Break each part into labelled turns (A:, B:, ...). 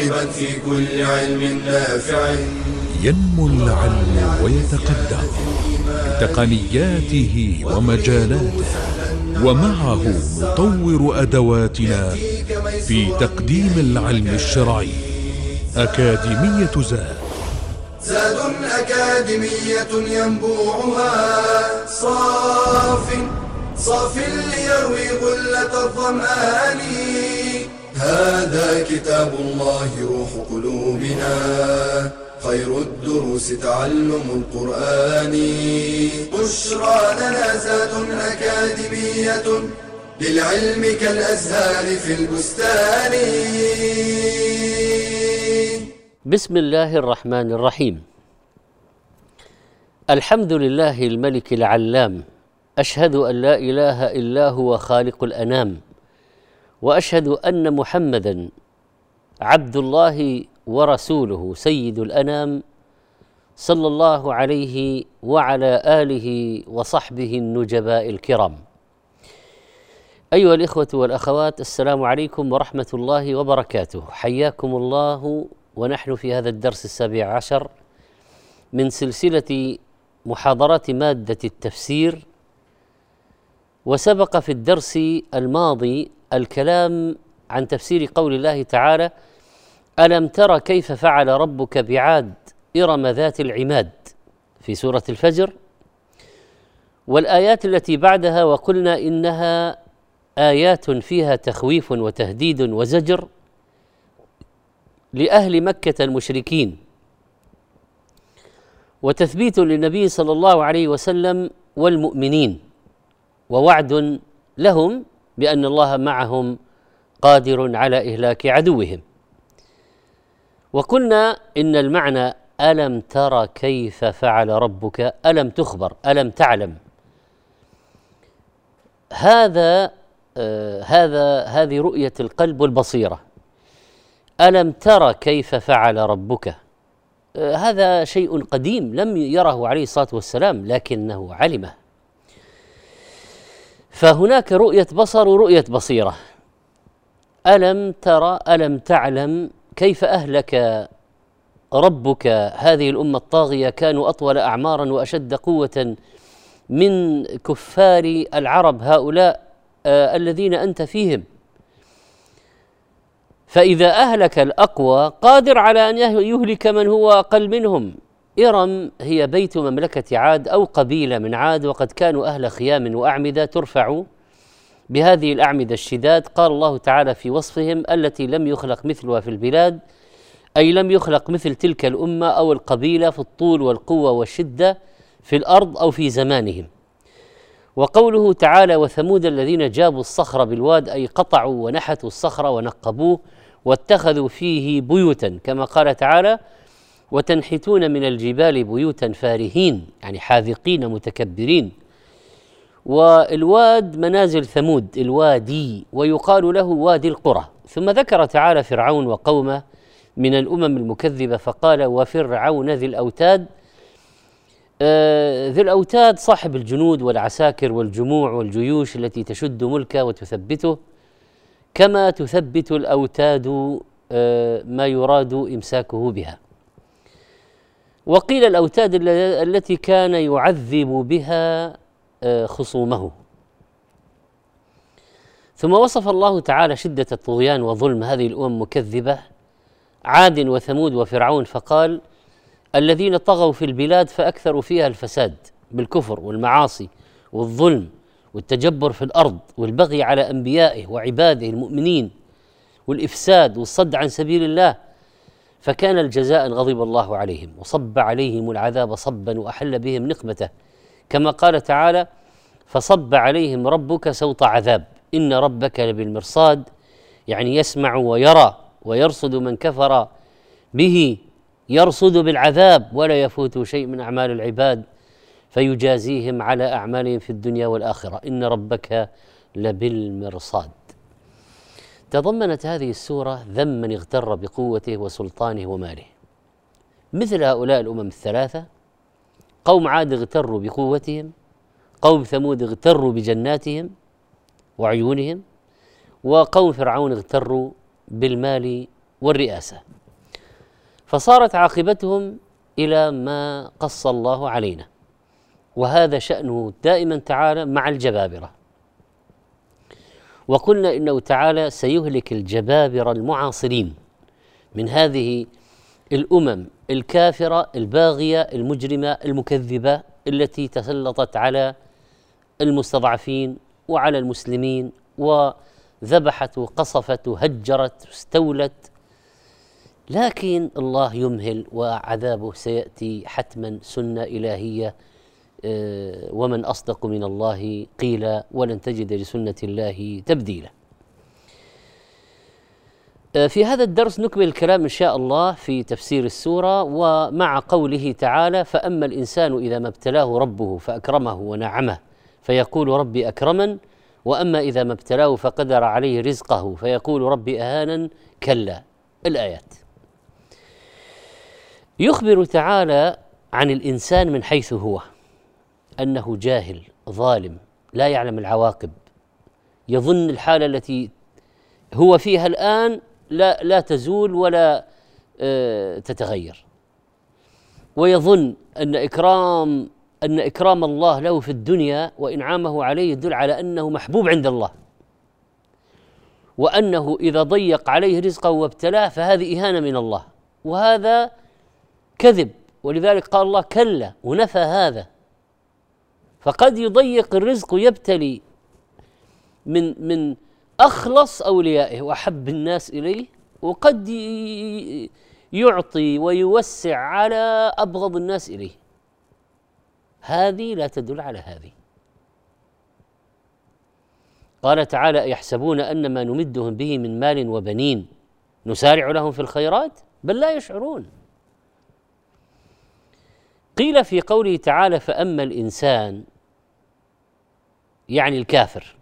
A: راغبا في كل علم نافع.
B: ينمو العلم ويتقدم بتقنياته ومجالاته، ومعه نطور أدواتنا في تقديم العلم الشرعي. أكاديمية
A: زاد أكاديمية ينبوعها صاف ليروي غلة الظمآن. هذا كتاب الله روح قلوبنا، خير الدروس تعلم القرآن. بشرى لنا زاد أكاديمية للعلم كالأزهار في البستان.
C: بسم الله الرحمن الرحيم. الحمد لله الملك العلام، أشهد أن لا إله إلا هو خالق الأنام، وأشهد أن محمدًا عبد الله ورسوله سيد الأنام، صلى الله عليه وعلى آله وصحبه النجباء الكرام. أيها الإخوة والأخوات، السلام عليكم ورحمة الله وبركاته. حياكم الله ونحن في هذا الدرس 17 من سلسلة محاضرات مادة التفسير. وسبق في الدرس الماضي الكلام عن تفسير قول الله تعالى: ألم تر كيف فعل ربك بعاد إرم ذات العماد، في سورة الفجر، والآيات التي بعدها، وقلنا إنها آيات فيها تخويف وتهديد وزجر لأهل مكة المشركين، وتثبيت للنبي صلى الله عليه وسلم والمؤمنين، ووعد لهم بأن الله معهم قادر على إهلاك عدوهم. وقلنا إن المعنى ألم تر كيف فعل ربك، ألم تخبر، ألم تعلم، هذه رؤية القلب والبصيرة. ألم تر كيف فعل ربك، هذا شيء قديم لم يره عليه الصلاة والسلام، لكنه علمه. فهناك رؤية بصر ورؤية بصيرة. ألم ترى، ألم تعلم كيف أهلك ربك هذه الأمة الطاغية، كانوا أطول أعمارا وأشد قوة من كفار العرب هؤلاء الذين أنت فيهم. فإذا أهلك الأقوى قادر على أن يهلك من هو أقل منهم. إرم هي بيت مملكة عاد أو قبيلة من عاد، وقد كانوا أهل خيام وأعمدة ترفع بهذه الأعمدة الشداد. قال الله تعالى في وصفهم: التي لم يخلق مثلها في البلاد، أي لم يخلق مثل تلك الأمة أو القبيلة في الطول والقوة والشدة في الأرض أو في زمانهم. وقوله تعالى: وثمود الذين جابوا الصخر بالواد، أي قطعوا ونحتوا الصخر ونقبوه واتخذوا فيه بيوتا، كما قال تعالى: وتنحتون من الجبال بيوتا فارهين، يعني حاذقين متكبرين. والواد منازل ثمود، الوادي، ويقال له وادي القرى. ثم ذكر تعالى فرعون وقومه من الأمم المكذبة، فقال: وفرعون ذي الأوتاد. ذي الأوتاد صاحب الجنود والعساكر والجموع والجيوش التي تشد ملكه وتثبته، كما تثبت الأوتاد ما يراد إمساكه بها. وقيل الأوتاد التي كان يعذب بها خصومه. ثم وصف الله تعالى شدة الطغيان وظلم هذه الأمم المكذبة، عاد وثمود وفرعون، فقال: الذين طغوا في البلاد فأكثروا فيها الفساد بالكفر والمعاصي والظلم والتجبر في الأرض والبغي على أنبيائه وعباده المؤمنين والإفساد والصد عن سبيل الله، فكان الجزاء غضب الله عليهم وصب عليهم العذاب صبا وأحل بهم نقمته، كما قال تعالى: فصب عليهم ربك سوط عذاب إن ربك لبالمرصاد، يعني يسمع ويرى ويرصد من كفر به، يرصد بالعذاب ولا يفوت شيء من أعمال العباد، فيجازيهم على أعمالهم في الدنيا والآخرة، إن ربك لبالمرصاد. تضمنت هذه السورة ذم من اغتر بقوته وسلطانه وماله، مثل هؤلاء الأمم الثلاثة: قوم عاد اغتروا بقوتهم، قوم ثمود اغتروا بجناتهم وعيونهم، وقوم فرعون اغتروا بالمال والرئاسة، فصارت عاقبتهم إلى ما قص الله علينا، وهذا شأنه دائما تعالى مع الجبابرة. وقلنا إنه تعالى سيهلك الجبابرة المعاصرين من هذه الأمم الكافرة الباغية المجرمة المكذبة التي تسلطت على المستضعفين وعلى المسلمين وذبحت وقصفت وهجرت واستولت. لكن الله يمهل وعذابه سيأتي حتما، سنة إلهية، ومن أصدق من الله قيلا ولن تجد لسنة الله تبديلا. في هذا الدرس نكمل الكلام إن شاء الله في تفسير السورة، ومع قوله تعالى: فأما الإنسان إذا ما ابتلاه ربه فأكرمه ونعمه فيقول ربي أكرمن، وأما إذا ما ابتلاه فقدر عليه رزقه فيقول ربي أهانن، كلا. الآيات. يخبر تعالى عن الإنسان من حيث هو، أنه جاهل ظالم لا يعلم العواقب، يظن الحالة التي هو فيها الآن لا تزول ولا تتغير، ويظن أن إكرام الله له في الدنيا وإنعامه عليه يدل على أنه محبوب عند الله، وأنه إذا ضيق عليه رزقه وابتلاه فهذه إهانة من الله، وهذا كذب. ولذلك قال الله كلا ونفى هذا، فقد يضيق الرزق ويبتلي من أخلص أوليائه وأحب الناس إليه، وقد يعطي ويوسع على أبغض الناس إليه. هذه لا تدل على هذه. قال تعالى: يحسبون أن ما نمدهم به من مال وبنين نسارع لهم في الخيرات بل لا يشعرون. قيل في قوله تعالى: فأما الإنسان، يعني الكافر،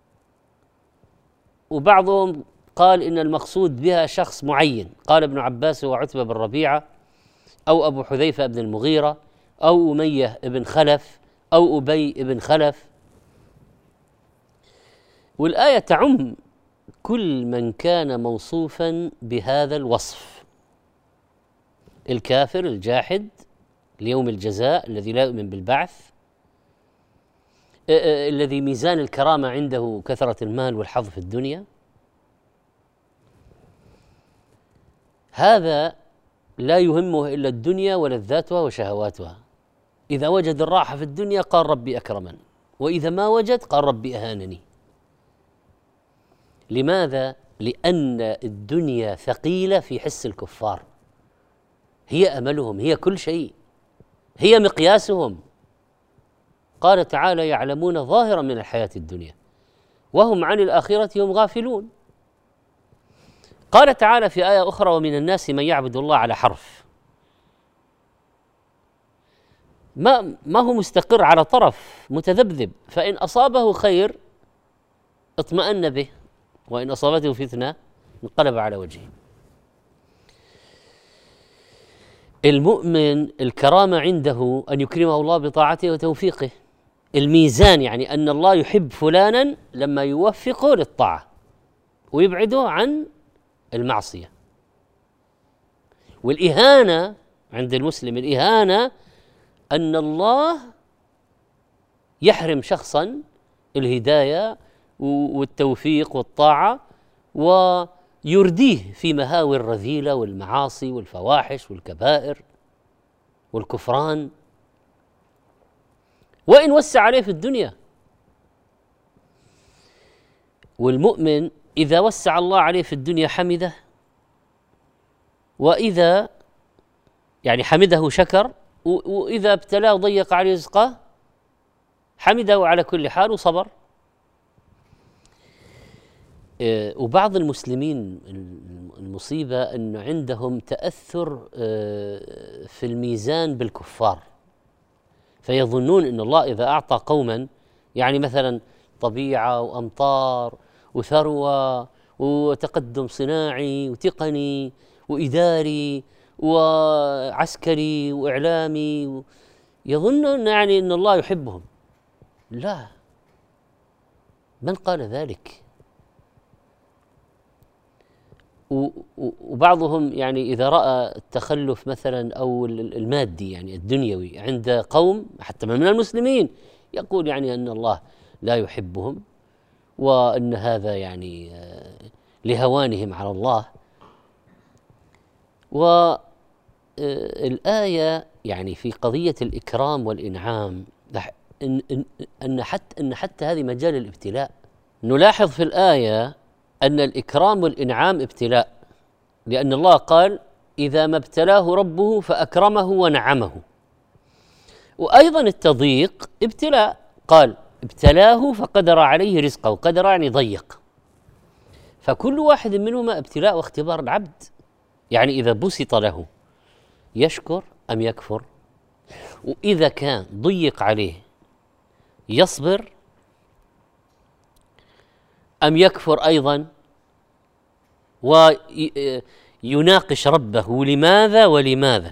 C: وبعضهم قال إن المقصود بها شخص معين، قال ابن عباس وعتبة بن ربيعة أو أبو حذيفة بن المغيرة أو أمية بن خلف أو أبي بن خلف. والآية تعم كل من كان موصوفا بهذا الوصف: الكافر الجاحد ليوم الجزاء الذي لا يؤمن بالبعث، الذي ميزان الكرامة عنده كثرة المال والحظ في الدنيا، هذا لا يهمه إلا الدنيا ولذاتها وشهواتها. إذا وجد الراحة في الدنيا قال ربي أكرمن، وإذا ما وجد قال ربي أهانني. لماذا؟ لأن الدنيا ثقيلة في حس الكفار، هي أملهم، هي كل شيء، هي مقياسهم. قال تعالى: يعلمون ظاهرا من الحياة الدنيا وهم عن الآخرة هم غافلون. قال تعالى في آية أخرى: ومن الناس من يعبد الله على حرف، ما هو مستقر على طرف، متذبذب، فإن أصابه خير اطمأن به وإن أصابته فتنة انقلب على وجهه. المؤمن الكرامة عنده أن يكرمه الله بطاعته وتوفيقه. الميزان يعني أن الله يحب فلانا لما يوفقه للطاعة ويبعده عن المعصية. والإهانة عند المسلم، الإهانة أن الله يحرم شخصا الهداية والتوفيق والطاعة ويرديه في مهاوي الرذيلة والمعاصي والفواحش والكبائر والكفران، وإن وسع عليه في الدنيا. والمؤمن إذا وسع الله عليه في الدنيا حمده، وإذا يعني حمده شكر، وإذا ابتلاه ضيق عليه رزقه حمده على كل حال وصبر. وبعض المسلمين المصيبة أن عندهم تأثر في الميزان بالكفار، فيظنون أن الله إذا أعطى قوما، يعني مثلا طبيعة وأمطار وثروة وتقدم صناعي وتقني وإداري وعسكري وإعلامي، يظنون يعني أن الله يحبهم. لا، من قال ذلك؟ وبعضهم يعني إذا رأى التخلف مثلا أو المادي يعني الدنيوي عند قوم حتى من المسلمين يقول يعني أن الله لا يحبهم، وأن هذا يعني لهوانهم على الله. والآية يعني في قضية الإكرام والإنعام أن حتى هذه مجال الابتلاء. نلاحظ في الآية أن الإكرام والإنعام ابتلاء، لأن الله قال إذا ما ابتلاه ربه فأكرمه ونعمه. وأيضا التضييق ابتلاء، قال ابتلاه فقدر عليه رزقه، قدر يعني ضيق. فكل واحد منهما ابتلاء واختبار العبد، يعني إذا بسط له يشكر أم يكفر، وإذا كان ضيق عليه يصبر أم يكفر أيضا ويناقش ربه لماذا ولماذا.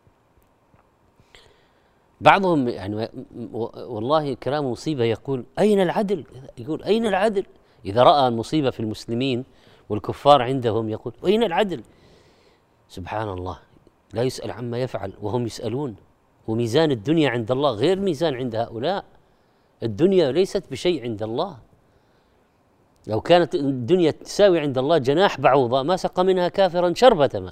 C: بعضهم يعني والله كلام مصيبة يقول أين العدل؟ يقول أين العدل؟ إذا رأى المصيبة في المسلمين والكفار عندهم يقول أين العدل؟ سبحان الله، لا يسأل عما يفعل وهم يسألون. وميزان الدنيا عند الله غير ميزان عند هؤلاء. الدنيا ليست بشيء عند الله. لو كانت الدنيا تساوي عند الله جناح بعوضة ما سقى منها كافرا شربة ماء.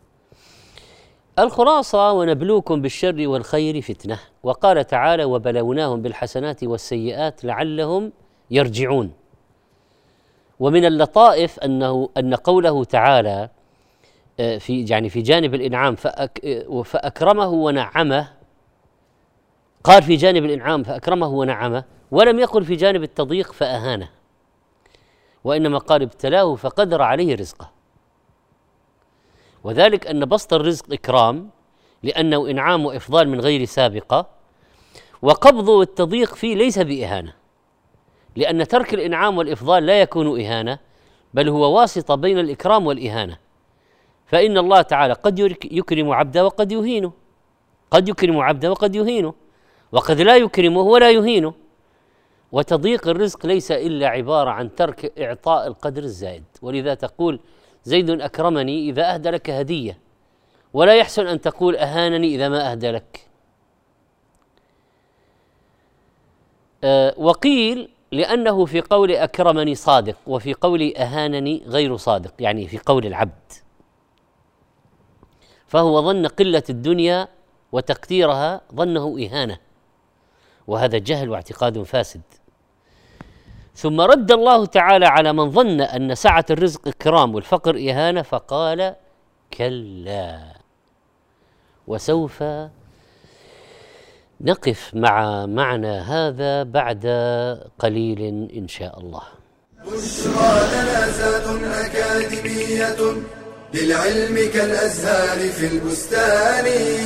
C: الخلاصة ونبلوكم بالشر والخير فتنة. وقال تعالى وبلوناهم بالحسنات والسيئات لعلهم يرجعون. ومن اللطائف أن قوله تعالى في جانب الإنعام فأكرمه ونعمه، قال في جانب الإنعام فأكرمه ونعمه، ولم يقل في جانب التضييق فأهانه، وإنما قال ابتلاه فقدر عليه رزقه. وذلك أن بسط الرزق إكرام لأنه إنعام وإفضال من غير سابقة، وقبضه والتضييق فيه ليس بإهانة، لأن ترك الإنعام والإفضال لا يكون إهانة، بل هو واسطة بين الإكرام والإهانة. فإن الله تعالى قد يكرم عبده وقد يهينه، قد يكرم عبده وقد يهينه، وقد لا يكرمه ولا يهينه. وتضييق الرزق ليس إلا عبارة عن ترك إعطاء القدر الزائد. ولذا تقول زيد أكرمني إذا أهدى لك هدية، ولا يحسن أن تقول أهانني إذا ما أهدى لك. وقيل لأنه في قول أكرمني صادق، وفي قول أهانني غير صادق، يعني في قول العبد، فهو ظن قلة الدنيا وتقديرها ظنه إهانة، وهذا جهل واعتقاد فاسد. ثم رد الله تعالى على من ظن أن سعة الرزق إكرام والفقر إهانة فقال كلا. وسوف نقف مع معنى هذا بعد قليل إن شاء الله.
A: بشرى لنا زاد أكاديمية للعلم كالأزهار في البستان.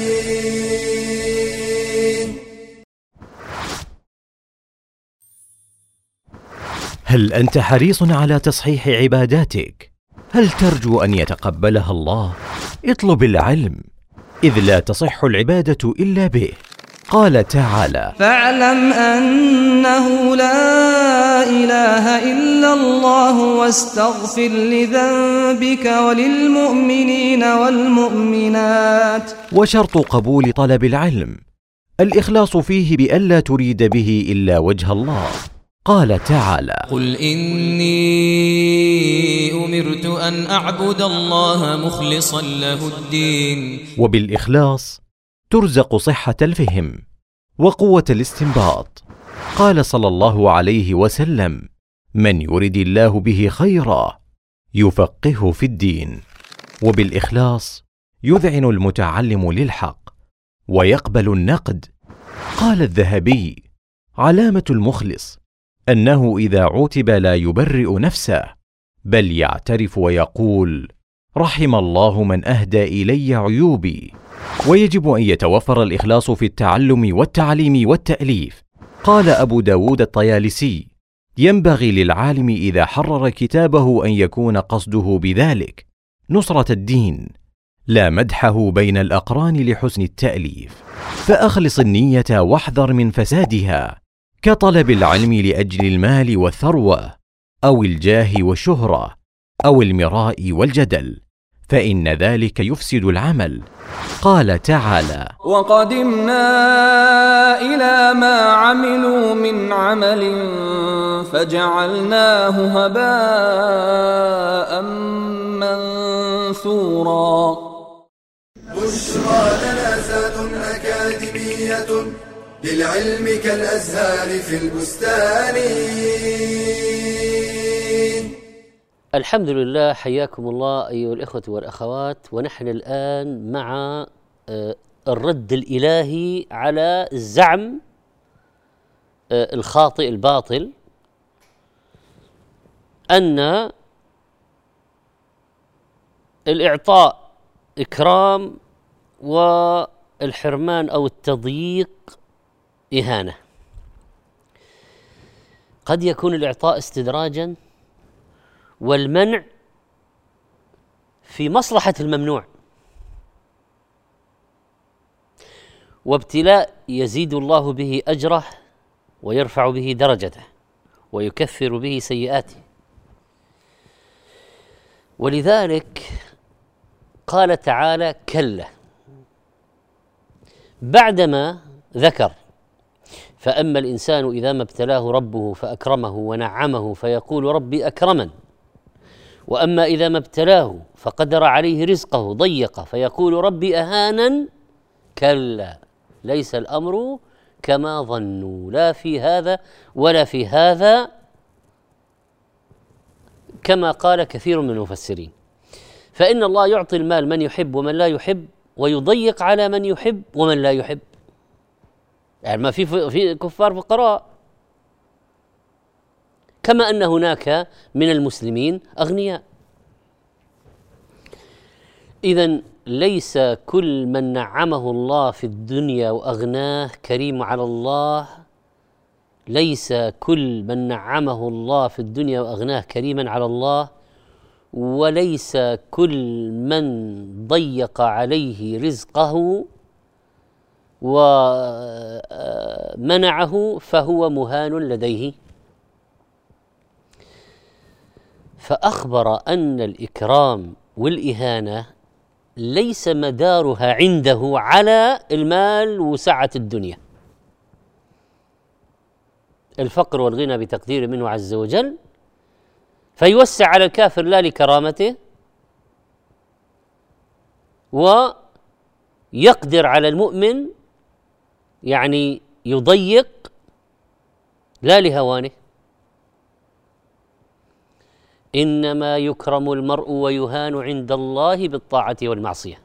D: هل أنت حريص على تصحيح عباداتك؟ هل ترجو أن يتقبلها الله؟ اطلب العلم، إذ لا تصح العبادة إلا به. قال تعالى
E: فاعلم أنه لا إله إلا الله واستغفر لذنبك وللمؤمنين والمؤمنات.
D: وشرط قبول طلب العلم الإخلاص فيه بألا تريد به إلا وجه الله. قال تعالى
E: قل إني أمرت أن أعبد الله مخلصا له الدين.
D: وبالإخلاص ترزق صحة الفهم وقوة الاستنباط. قال صلى الله عليه وسلم من يرد الله به خيرا يفقهه في الدين. وبالإخلاص يذعن المتعلم للحق ويقبل النقد. قال الذهبي علامة المخلص أنه إذا عوتب لا يبرئ نفسه، بل يعترف ويقول رحم الله من أهدى إلي عيوبي. ويجب أن يتوفر الإخلاص في التعلم والتعليم والتأليف. قال أبو داود الطيالسي ينبغي للعالم إذا حرر كتابه أن يكون قصده بذلك نصرة الدين، لا مدحه بين الأقران لحسن التأليف. فأخلص النية واحذر من فسادها، كطلب العلم لأجل المال والثروة أو الجاه والشهرة أو المراء والجدل، فإن ذلك يفسد العمل. قال تعالى:
E: وقدمنا إلى ما عملوا من عمل فجعلناه هباء منثورا.
A: بشرى لنا زاد أكاديمية للعلم كالأزهار في البستان.
C: الحمد لله، حياكم الله أيها الإخوة والأخوات، ونحن الآن مع الرد الإلهي على الزعم الخاطئ الباطل أن الإعطاء إكرام والحرمان أو التضييق إهانة. قد يكون الإعطاء استدراجا والمنع في مصلحة الممنوع، وابتلاء يزيد الله به أجره ويرفع به درجته ويكفر به سيئاته. ولذلك قال تعالى: كلا، بعدما ذكر فأما الإنسان إذا ما ابتلاه ربه فأكرمه ونعمه فيقول ربي أكرمن، وأما إذا ما ابتلاه فقدر عليه رزقه ضيق فيقول ربي أهانن. كلا، ليس الأمر كما ظنوا، لا في هذا ولا في هذا، كما قال كثير من المفسرين. فإن الله يعطي المال من يحب ومن لا يحب، ويضيق على من يحب ومن لا يحب. يعني ما في كفار فقراء، كما أن هناك من المسلمين أغنياء. إذن ليس كل من نعمه الله في الدنيا وأغناه كريم على الله، ليس كل من نعمه الله في الدنيا وأغناه كريما على الله، وليس كل من ضيق عليه رزقه ومنعه فهو مهان لديه. فأخبر أن الإكرام والإهانة ليس مدارها عنده على المال وسعة الدنيا. الفقر والغنى بتقدير منه عز وجل، فيوسع على الكافر لا لكرامته، ويقدر على المؤمن يعني يضيق لا لهوانه. إنما يكرم المرء ويهان عند الله بالطاعة والمعصية.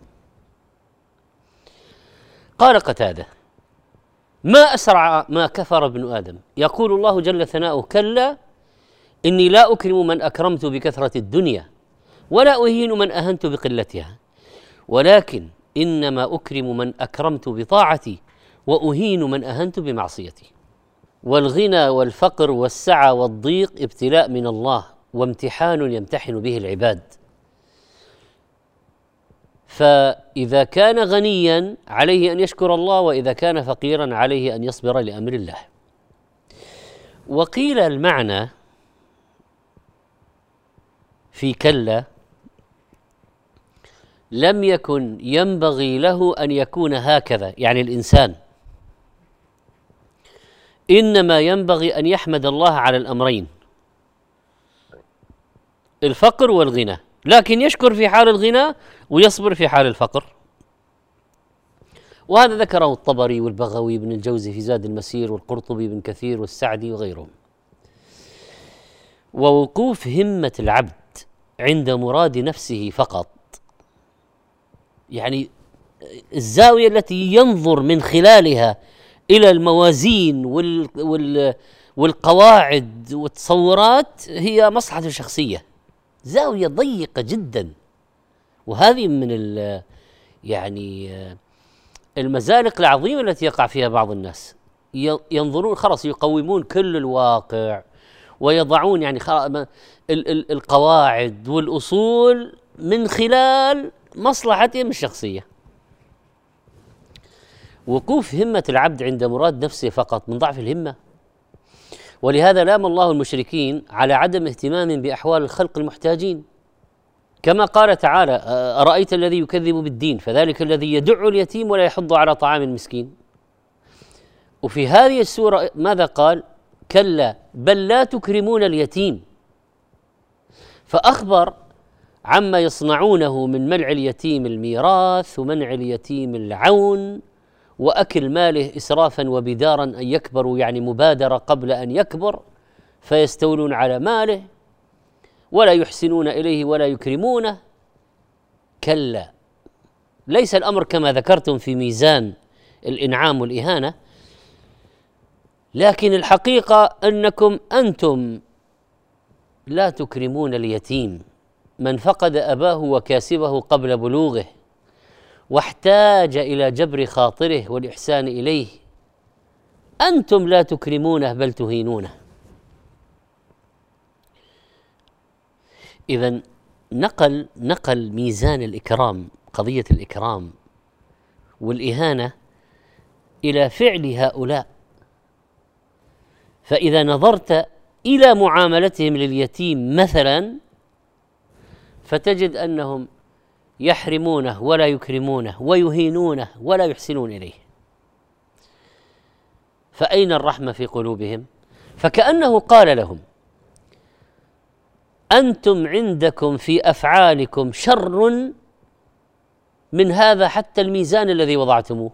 C: قال قتادة: ما أسرع ما كفر ابن آدم. يقول الله جل ثناؤه: كلا إني لا أكرم من أكرمت بكثرة الدنيا، ولا أهين من أهنت بقلتها، ولكن إنما أكرم من أكرمت بطاعتي، وأهين من أهنت بمعصيتي. والغنى والفقر والسعة والضيق ابتلاء من الله وامتحان يمتحن به العباد. فإذا كان غنيا عليه أن يشكر الله، وإذا كان فقيرا عليه أن يصبر لأمر الله. وقيل المعنى في كلا: لم يكن ينبغي له أن يكون هكذا، يعني الإنسان إنما ينبغي أن يحمد الله على الأمرين، الفقر والغنى، لكن يشكر في حال الغنى ويصبر في حال الفقر. وهذا ذكره الطبري والبغوي بن الجوزي في زاد المسير، والقرطبي بن كثير والسعدي وغيرهم. ووقوف همة العبد عند مراد نفسه فقط، يعني الزاوية التي ينظر من خلالها إلى الموازين والقواعد والتصورات هي مصلحة شخصية، زاوية ضيقة جدا. وهذه من يعني المزالق العظيمة التي يقع فيها بعض الناس. ينظرون خلاص، يقومون كل الواقع ويضعون يعني القواعد والأصول من خلال مصلحتهم الشخصية. وقوف همة العبد عند مراد نفسه فقط من ضعف الهمة. ولهذا لام الله المشركين على عدم اهتمام بأحوال الخلق المحتاجين، كما قال تعالى: أرأيت الذي يكذب بالدين فذلك الذي يدع اليتيم ولا يحض على طعام المسكين. وفي هذه السورة ماذا قال؟ كلا بل لا تكرمون اليتيم، فأخبر عما يصنعونه من منع اليتيم الميراث ومنع اليتيم العون وأكل ماله إسرافا وبدارا أن يكبروا، يعني مبادرة قبل أن يكبر فيستولون على ماله ولا يحسنون إليه ولا يكرمونه. كلا، ليس الأمر كما ذكرتم في ميزان الإنعام والإهانة، لكن الحقيقة أنكم أنتم لا تكرمون اليتيم، من فقد أباه وكاسبه قبل بلوغه واحتاج إلى جبر خاطره والإحسان إليه، أنتم لا تكرمونه بل تهينونه. إذن نقل ميزان الإكرام، قضية الإكرام والإهانة، إلى فعل هؤلاء. فإذا نظرت إلى معاملتهم لليتيم مثلا فتجد أنهم يحرمونه ولا يكرمونه ويهينونه ولا يحسنون إليه. فأين الرحمة في قلوبهم؟ فكأنه قال لهم: أنتم عندكم في أفعالكم شر من هذا حتى الميزان الذي وضعتموه.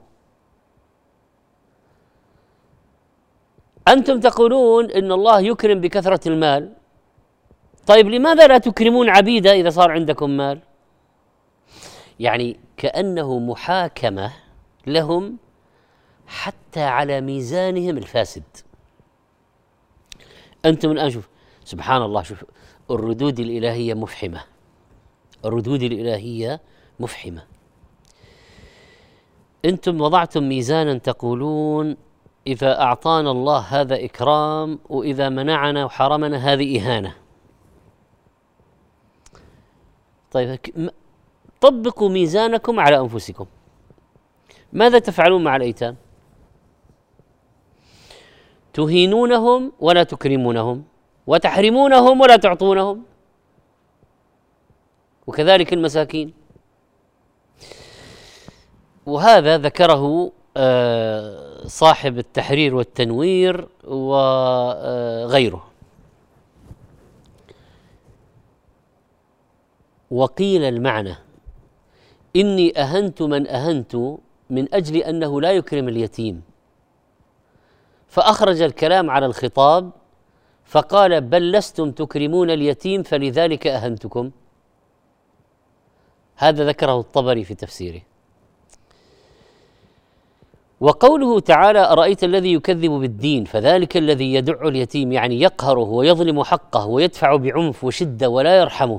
C: أنتم تقولون إن الله يكرم بكثرة المال، طيب لماذا لا تكرمون عبيده إذا صار عندكم مال؟ يعني كأنه محاكمة لهم حتى على ميزانهم الفاسد. أنتم الآن شوف سبحان الله، شوف الردود الإلهية مفحمة، الردود الإلهية مفحمة. أنتم وضعتم ميزانا تقولون إذا أعطانا الله هذا إكرام وإذا منعنا وحرمنا هذه إهانة. طيب طبقوا ميزانكم على أنفسكم. ماذا تفعلون مع الأيتام؟ تهينونهم ولا تكرمونهم، وتحرمونهم ولا تعطونهم، وكذلك المساكين. وهذا ذكره صاحب التحرير والتنوير وغيره. وقيل المعنى: إني أهنت من أهنت من أجل أنه لا يكرم اليتيم، فأخرج الكلام على الخطاب فقال: بل لستم تكرمون اليتيم فلذلك أهنتكم. هذا ذكره الطبري في تفسيره. وقوله تعالى: أرأيت الذي يكذب بالدين فذلك الذي يدع اليتيم، يعني يقهره ويظلم حقه ويدفع بعنف وشدة ولا يرحمه.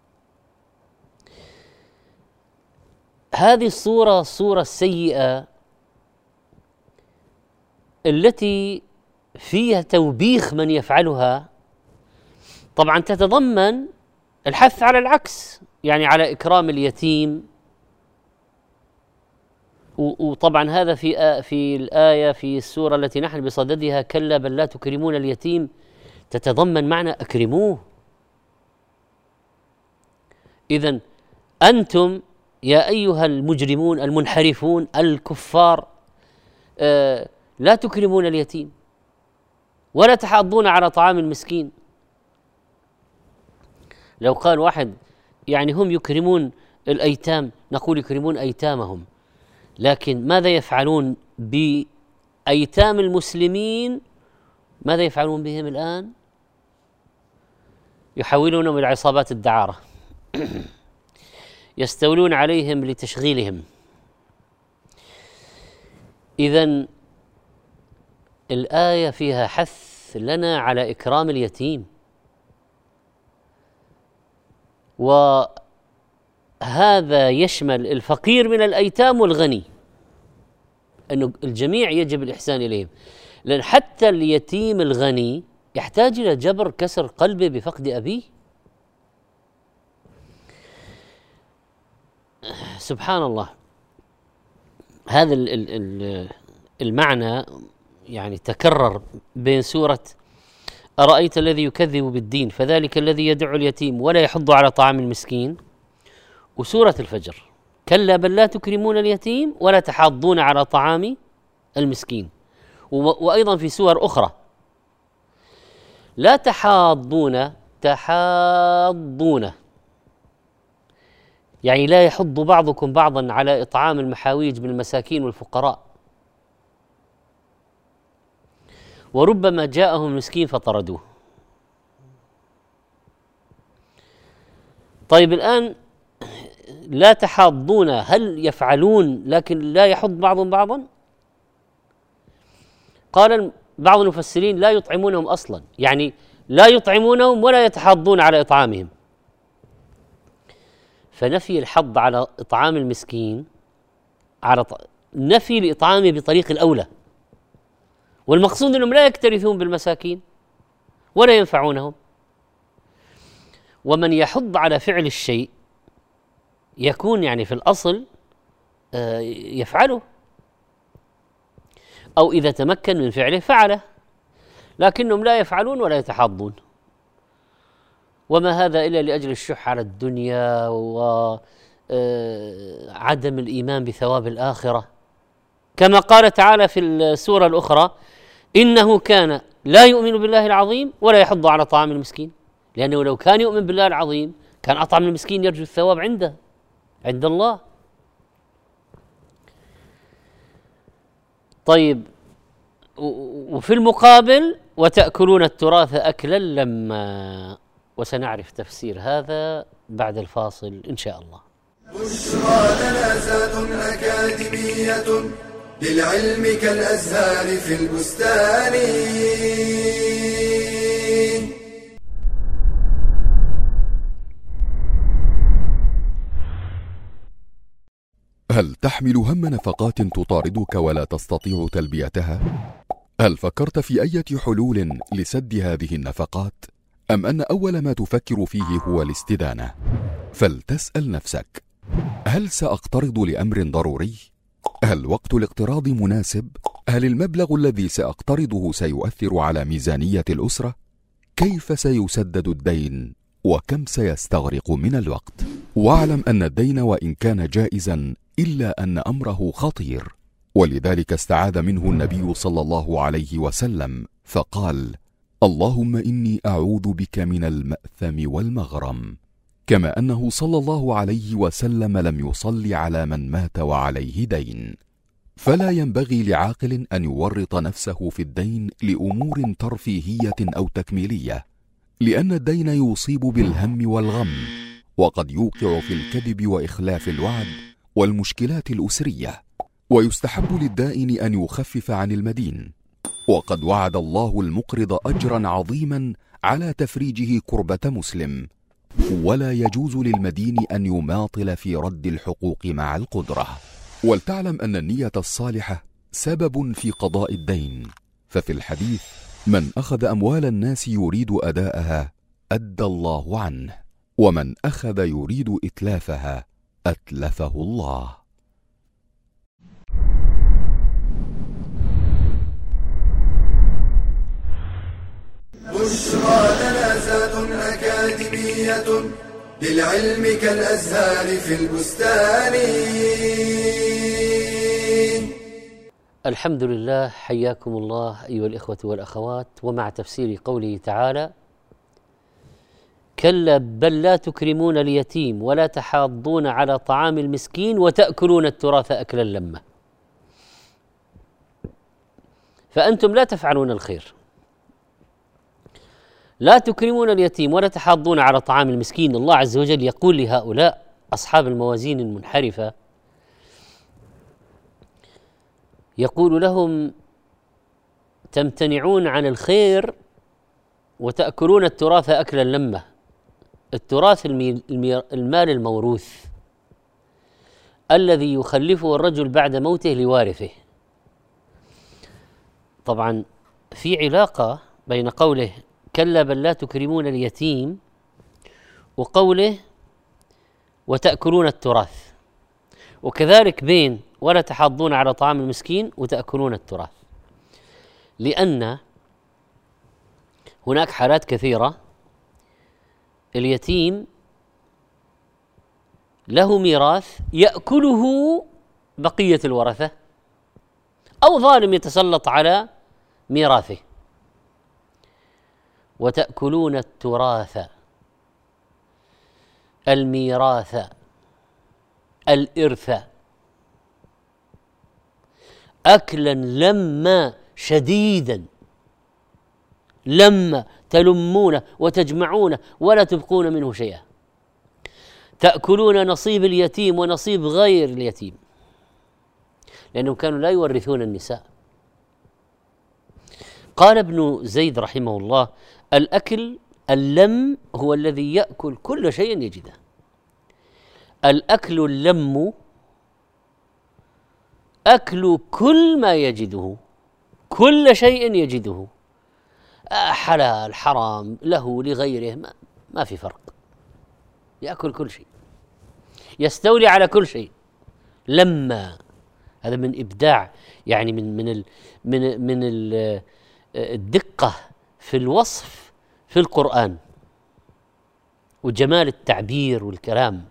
C: هذه الصورة السيئة التي فيها توبيخ من يفعلها، طبعا تتضمن الحث على العكس، يعني على إكرام اليتيم. وطبعا هذا في الآية في السورة التي نحن بصددها: كلا بل لا تكرمون اليتيم، تتضمن معنى أكرموه. إذن أنتم يا أيها المجرمون المنحرفون الكفار لا تكرمون اليتيم ولا تحاضون على طعام المسكين. لو قال واحد يعني هم يكرمون الأيتام، نقول يكرمون أيتامهم، لكن ماذا يفعلون بأيتام المسلمين؟ ماذا يفعلون بهم الآن؟ يحولونهم إلى عصابات الدعارة يستولون عليهم لتشغيلهم. إذن الآية فيها حث لنا على إكرام اليتيم، وهذا يشمل الفقير من الأيتام والغني، أنه الجميع يجب الإحسان إليهم، لأن حتى اليتيم الغني يحتاج إلى جبر كسر قلبه بفقد أبيه. سبحان الله. هذا المعنى يعني تكرر بين سورة أرأيت الذي يكذب بالدين فذلك الذي يدع اليتيم ولا يحض على طعام المسكين، وسورة الفجر، كلا بل لا تكرمون اليتيم ولا تحاضون على طعام المسكين. وأيضا في سور أخرى لا تحاضون، تحاضون يعني لا يحض بعضكم بعضا على إطعام المحاويج من المساكين والفقراء. وربما جاءهم مسكين فطردوه. طيب الآن لا تحاضون، هل يفعلون لكن لا يحض بعضهم بعضا؟ قال بعض المفسرين لا يطعمونهم أصلا، يعني لا يطعمونهم ولا يتحاضون على إطعامهم. فنفي الحض على إطعام المسكين نفي لإطعامه بطريق الأولى، والمقصود أنهم لا يكترثون بالمساكين ولا ينفعونهم. ومن يحض على فعل الشيء يكون يعني في الأصل يفعله، أو إذا تمكن من فعله فعله، لكنهم لا يفعلون ولا يتحاضون. وما هذا إلا لأجل الشح على الدنيا وعدم الإيمان بثواب الآخرة، كما قال تعالى في السورة الأخرى: إنه كان لا يؤمن بالله العظيم ولا يحض على طعام المسكين، لأنه لو كان يؤمن بالله العظيم كان أطعم المسكين يرجو الثواب عند الله. طيب، وفي المقابل وتأكلون التراث أكلا لما، وسنعرف تفسير هذا بعد الفاصل إن شاء الله.
A: بشرى لنا زاد أكاديمية للعلم كالأزهار في البستان.
F: هل تحمل هم نفقات تطاردك ولا تستطيع تلبيتها؟ هل فكرت في أي حلول لسد هذه النفقات؟ أم أن أول ما تفكر فيه هو الاستدانة؟ فلتسأل نفسك: هل سأقترض لأمر ضروري؟ هل وقت الاقتراض مناسب؟ هل المبلغ الذي سأقترضه سيؤثر على ميزانية الأسرة؟ كيف سيسدد الدين؟ وكم سيستغرق من الوقت؟ واعلم أن الدين وإن كان جائزا إلا أن أمره خطير، ولذلك استعاذ منه النبي صلى الله عليه وسلم فقال: اللهم إني أعوذ بك من المأثم والمغرم. كما أنه صلى الله عليه وسلم لم يصل على من مات وعليه دين. فلا ينبغي لعاقل أن يورط نفسه في الدين لأمور ترفيهية أو تكميلية، لأن الدين يصيب بالهم والغم، وقد يوقع في الكذب وإخلاف الوعد والمشكلات الأسرية. ويستحب للدائن أن يخفف عن المدين، وقد وعد الله المقرض أجرا عظيما على تفريجه كربة مسلم. ولا يجوز للمدين أن يماطل في رد الحقوق مع القدرة. ولتعلم أن النية الصالحة سبب في قضاء الدين، ففي الحديث: من أخذ أموال الناس يريد أداءها أدى الله عنه، ومن أخذ يريد إتلافها أتلفه الله.
A: بشرى لنا زاد أكاديمية للعلم كالأزهار في البستان.
C: الحمد لله، حياكم الله أيها الإخوة والأخوات، ومع تفسير قوله تعالى: كلا بل لا تكرمون اليتيم ولا تحاضون على طعام المسكين وتأكلون التراث أكلا لما. فأنتم لا تفعلون الخير، لا تكرمون اليتيم ولا تحاضون على طعام المسكين. الله عز وجل يقول لهؤلاء أصحاب الموازين المنحرفة، يقول لهم: تمتنعون عن الخير وتأكلون التراث أكلا لما. التراث المال الموروث الذي يخلفه الرجل بعد موته لوارثه. طبعا في علاقة بين قوله كلا بل لا تكرمون اليتيم وقوله وتأكلون التراث، وكذلك بين ولا تحاضون على طعام المسكين وتأكلون التراث، لأن هناك حالات كثيرة اليتيم له ميراث يأكله بقية الورثة، أو ظالم يتسلط على ميراثه. وتأكلون التراث، الميراث، الإرث أكلا لما شديدا، لما تلمونه وتجمعونه ولا تبقون منه شيئا. تأكلون نصيب اليتيم ونصيب غير اليتيم، لأنهم كانوا لا يورثون النساء. قال ابن زيد رحمه الله: الأكل اللم هو الذي يأكل كل شيء يجده. الأكل اللم أكل كل ما يجده، كل شيء يجده، حلال حرام له لغيره، ما في فرق، يأكل كل شيء، يستولي على كل شيء. لما هذا من إبداع، يعني من الدقة في الوصف في القرآن وجمال التعبير والكلام.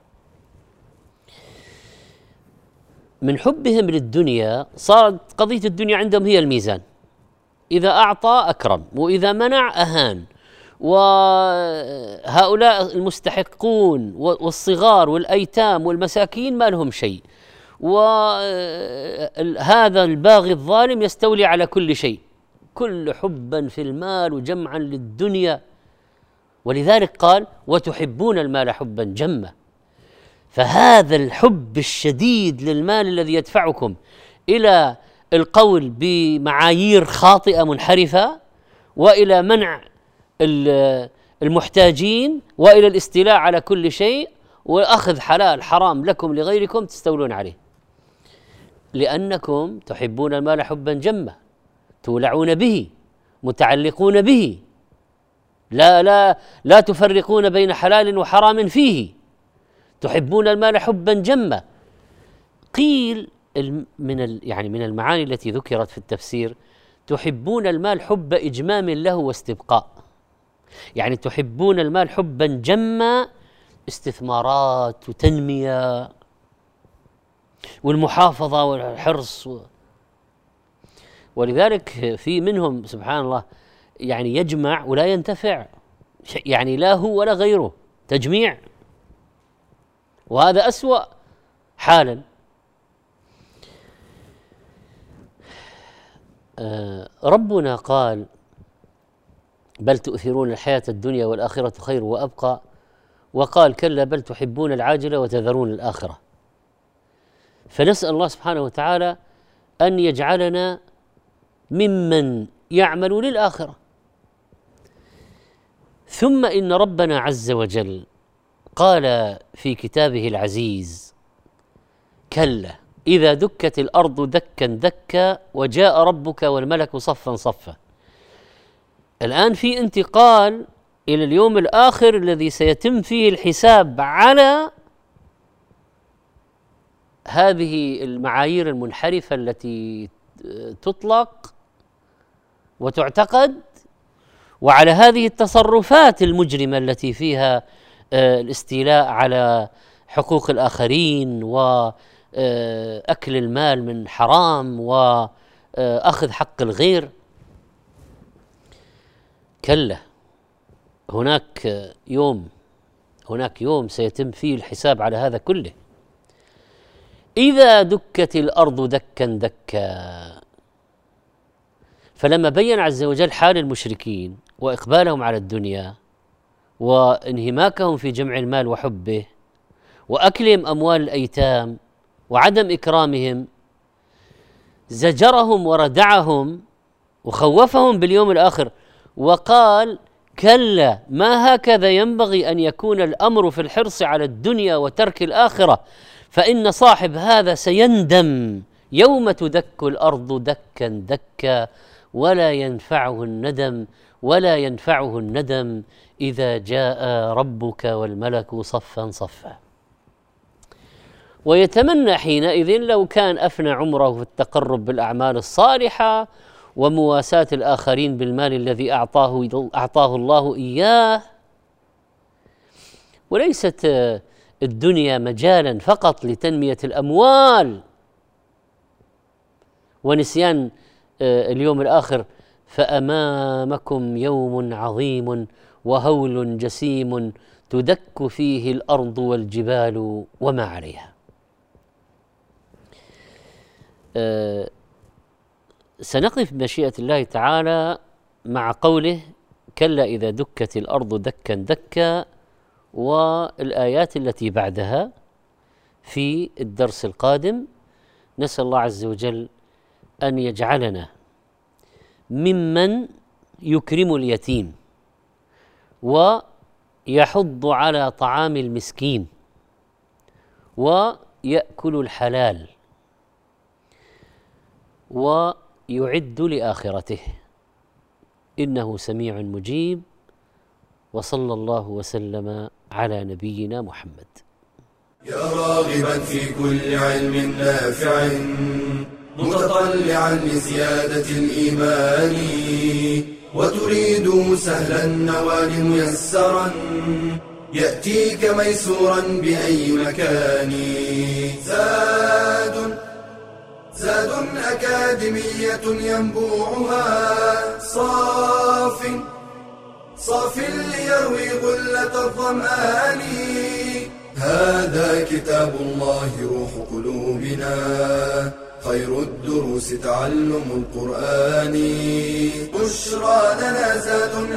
C: من حبهم للدنيا صارت قضية الدنيا عندهم هي الميزان، إذا أعطى أكرم وإذا منع أهان، وهؤلاء المستحقون والصغار والأيتام والمساكين ما لهم شيء، وهذا الباغي الظالم يستولي على كل شيء، كل حبا في المال وجمعا للدنيا. ولذلك قال: وتحبون المال حبا جما. فهذا الحب الشديد للمال الذي يدفعكم إلى القول بمعايير خاطئة منحرفة، وإلى منع المحتاجين، وإلى الاستيلاء على كل شيء، وأخذ حلال حرام لكم لغيركم تستولون عليه، لأنكم تحبون المال حبا جما، تولعون به، متعلقون به، لا تفرقون بين حلال وحرام فيه، تحبون المال حبا جما. قيل من المعاني التي ذكرت في التفسير: تحبون المال حب إجمام له واستبقاء، يعني تحبون المال حبا جما، استثمارات وتنمية والمحافظة والحرص. ولذلك في منهم سبحان الله يعني يجمع ولا ينتفع، يعني لا هو ولا غيره، تجميع، وهذا أسوأ حالا. ربنا قال: بل تؤثرون الحياة الدنيا والآخرة خير وأبقى، وقال: كلا بل تحبون العاجلة وتذرون الآخرة. فنسأل الله سبحانه وتعالى أن يجعلنا ممن يعمل للآخرة. ثم إن ربنا عز وجل قال في كتابه العزيز: كلا إذا دكت الأرض دكا دكا وجاء ربك والملك صفا صفا. الآن في انتقال إلى اليوم الآخر الذي سيتم فيه الحساب على هذه المعايير المنحرفة التي تطلق وتعتقد، وعلى هذه التصرفات المجرمة التي فيها الاستيلاء على حقوق الآخرين وأكل المال من حرام وأخذ حق الغير. كلا، هناك يوم سيتم فيه الحساب على هذا كله. إذا دكت الأرض دكا دكا. فلما بين عز وجل حال المشركين وإقبالهم على الدنيا وانهماكهم في جمع المال وحبه وأكلهم أموال الأيتام وعدم إكرامهم، زجرهم وردعهم وخوفهم باليوم الآخر، وقال: كلا ما هكذا ينبغي أن يكون الأمر في الحرص على الدنيا وترك الآخرة، فإن صاحب هذا سيندم يوم تدك الأرض دكا دكا ولا ينفعه الندم إذا جاء ربك والملك صفا صفا. ويتمنى حينئذ لو كان أفنى عمره في التقرب بالأعمال الصالحة ومواساة الآخرين بالمال الذي أعطاه الله إياه. وليست الدنيا مجالا فقط لتنمية الأموال ونسيان اليوم الآخر، فأمامكم يوم عظيم وهول جسيم تدك فيه الأرض والجبال وما عليها. سنقف بمشيئة الله تعالى مع قوله كلا إذا دكت الأرض دكا دكا، والآيات التي بعدها في الدرس القادم. نسأل الله عز وجل أن يجعلنا ممن يكرم اليتيم ويحض على طعام المسكين ويأكل الحلال ويعد لآخرته، إنه سميع مجيب. وصلى الله وسلم على نبينا محمد.
A: يا راغبا في كل علم نافع متطلعا لزيادة الإيمان، وتريد سهلا النوال ميسرا يأتيك ميسورا بأي مكان. زاد أكاديمية ينبوعها صاف ليروي غلة الظمآن. هذا كتاب الله روح قلوبنا، خير الدروس تعلم القرآن. بشرى لنا زاد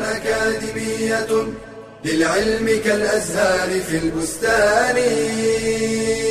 A: أكاديمية للعلم كالأزهار في البستان.